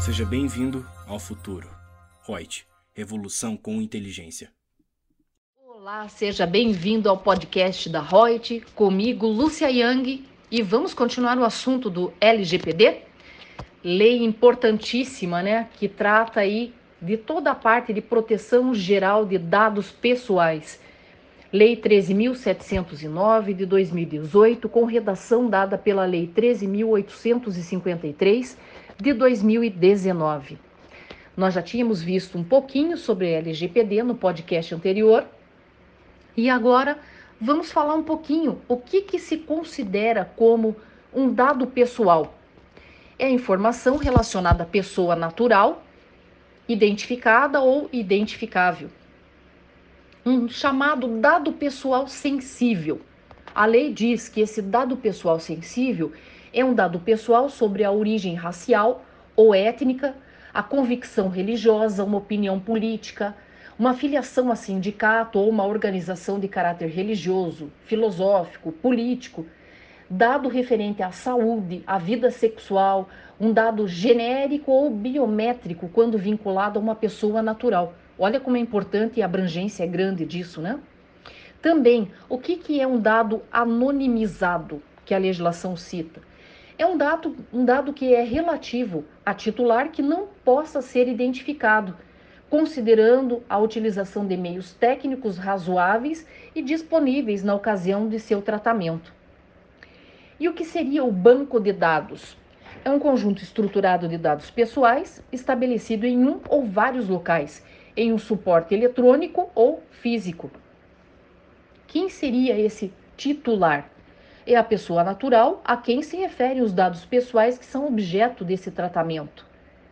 Seja bem-vindo ao futuro. Reut, revolução com inteligência. Olá, seja bem-vindo ao podcast da Reut, comigo, Lúcia Yang, e vamos continuar o assunto do LGPD? Lei importantíssima, né, que trata aí de toda a parte de proteção geral de dados pessoais. Lei 13.709 de 2018, com redação dada pela Lei 13.853 de 2019. Nós já tínhamos visto um pouquinho sobre LGPD no podcast anterior e agora vamos falar um pouquinho o que se considera como um dado pessoal. É a informação relacionada à pessoa natural, identificada ou identificável. Um chamado dado pessoal sensível. A lei diz que esse dado pessoal sensível é um dado pessoal sobre a origem racial ou étnica, a convicção religiosa, uma opinião política, uma filiação a sindicato ou uma organização de caráter religioso, filosófico, político, dado referente à saúde, à vida sexual, um dado genérico ou biométrico quando vinculado a uma pessoa natural. Olha como é importante e a abrangência é grande disso, né? Também, o que é um dado anonimizado, que a legislação cita? É um dado que é relativo a titular que não possa ser identificado, considerando a utilização de meios técnicos razoáveis e disponíveis na ocasião de seu tratamento. E o que seria o banco de dados? É um conjunto estruturado de dados pessoais estabelecido em um ou vários locais, em um suporte eletrônico ou físico. Quem seria esse titular? É a pessoa natural a quem se referem os dados pessoais que são objeto desse tratamento.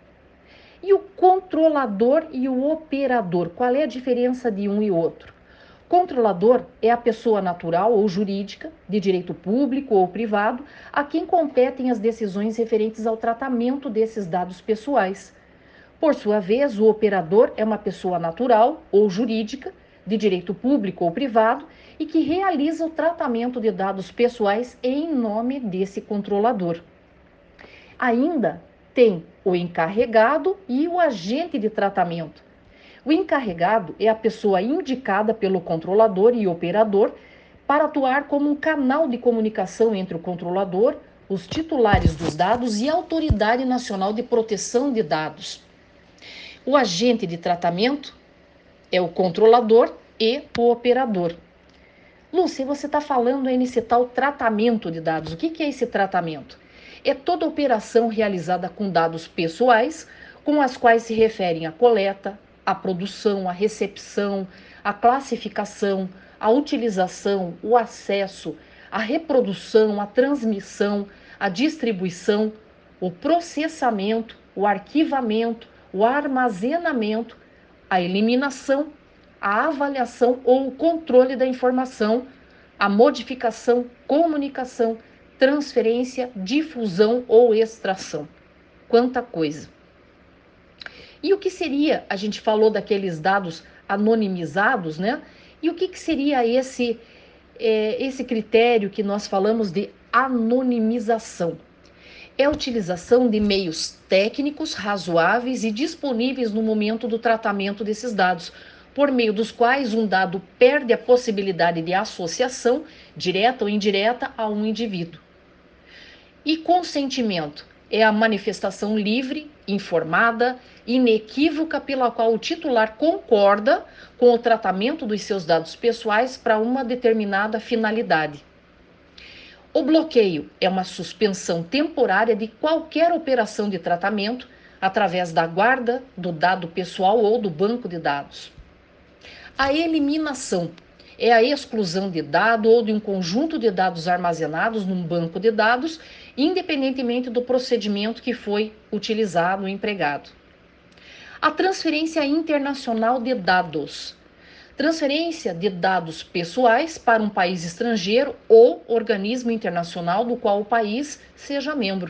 E o controlador e o operador, qual é a diferença de um e outro? Controlador é a pessoa natural ou jurídica, de direito público ou privado, a quem competem as decisões referentes ao tratamento desses dados pessoais. Por sua vez, o operador é uma pessoa natural ou jurídica, de direito público ou privado, e que realiza o tratamento de dados pessoais em nome desse controlador. Ainda tem o encarregado e o agente de tratamento. O encarregado é a pessoa indicada pelo controlador e operador para atuar como um canal de comunicação entre o controlador, os titulares dos dados e a Autoridade Nacional de Proteção de Dados. O agente de tratamento é o controlador e o operador. Lúcia, você está falando aí nesse tal tratamento de dados. O que é esse tratamento? É toda operação realizada com dados pessoais, com as quais se referem a coleta, a produção, a recepção, a classificação, a utilização, o acesso, a reprodução, a transmissão, a distribuição, o processamento, o arquivamento, o armazenamento, a eliminação, a avaliação ou o controle da informação, a modificação, comunicação, transferência, difusão ou extração. Quanta coisa! E o que seria, a gente falou daqueles dados anonimizados, né? E o que seria esse critério que nós falamos de anonimização? É a utilização de meios técnicos razoáveis e disponíveis no momento do tratamento desses dados, por meio dos quais um dado perde a possibilidade de associação, direta ou indireta, a um indivíduo. E consentimento é a manifestação livre, informada, inequívoca pela qual o titular concorda com o tratamento dos seus dados pessoais para uma determinada finalidade. O bloqueio é uma suspensão temporária de qualquer operação de tratamento através da guarda do dado pessoal ou do banco de dados. A eliminação é a exclusão de dado ou de um conjunto de dados armazenados num banco de dados, independentemente do procedimento que foi utilizado ou empregado. A transferência internacional de dados. Transferência de dados pessoais para um país estrangeiro ou organismo internacional do qual o país seja membro.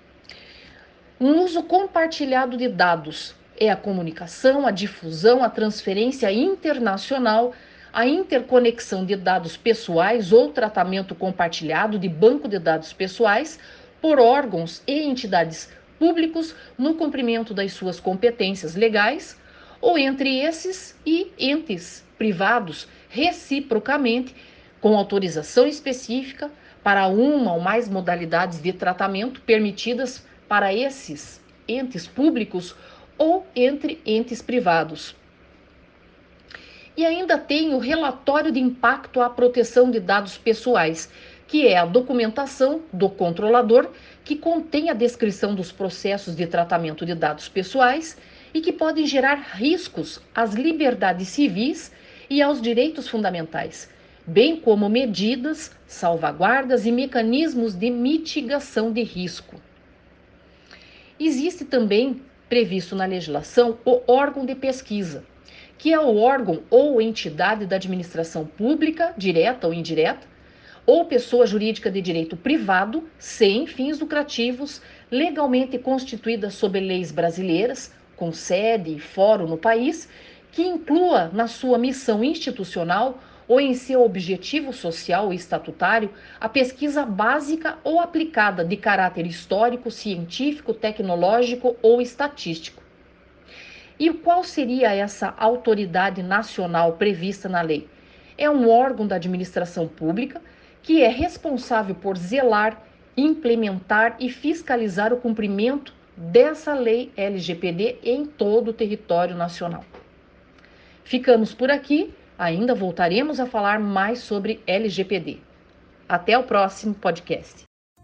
Um uso compartilhado de dados é a comunicação, a difusão, a transferência internacional, a interconexão de dados pessoais ou tratamento compartilhado de banco de dados pessoais por órgãos e entidades públicos no cumprimento das suas competências legais, ou entre esses e entes privados, reciprocamente, com autorização específica para uma ou mais modalidades de tratamento permitidas para esses entes públicos ou entre entes privados. E ainda tem o relatório de impacto à proteção de dados pessoais, que é a documentação do controlador que contém a descrição dos processos de tratamento de dados pessoais e que podem gerar riscos às liberdades civis e aos direitos fundamentais, bem como medidas, salvaguardas e mecanismos de mitigação de risco. Existe também, previsto na legislação, o órgão de pesquisa, que é o órgão ou entidade da administração pública, direta ou indireta, ou pessoa jurídica de direito privado, sem fins lucrativos, legalmente constituída sob leis brasileiras, com sede e fórum no país, que inclua na sua missão institucional ou em seu objetivo social e estatutário a pesquisa básica ou aplicada de caráter histórico, científico, tecnológico ou estatístico. E qual seria essa autoridade nacional prevista na lei? É um órgão da administração pública que é responsável por zelar, implementar e fiscalizar o cumprimento dessa lei LGPD em todo o território nacional. Ficamos por aqui, ainda voltaremos a falar mais sobre LGPD. Até o próximo podcast.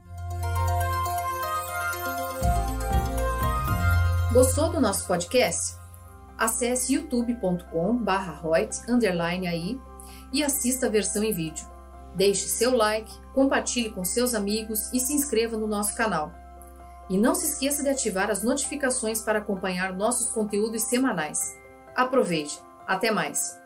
Gostou do nosso podcast? Acesse youtube.com/Reutz_AI e assista a versão em vídeo. Deixe seu like, compartilhe com seus amigos e se inscreva no nosso canal. E não se esqueça de ativar as notificações para acompanhar nossos conteúdos semanais. Aproveite! Até mais!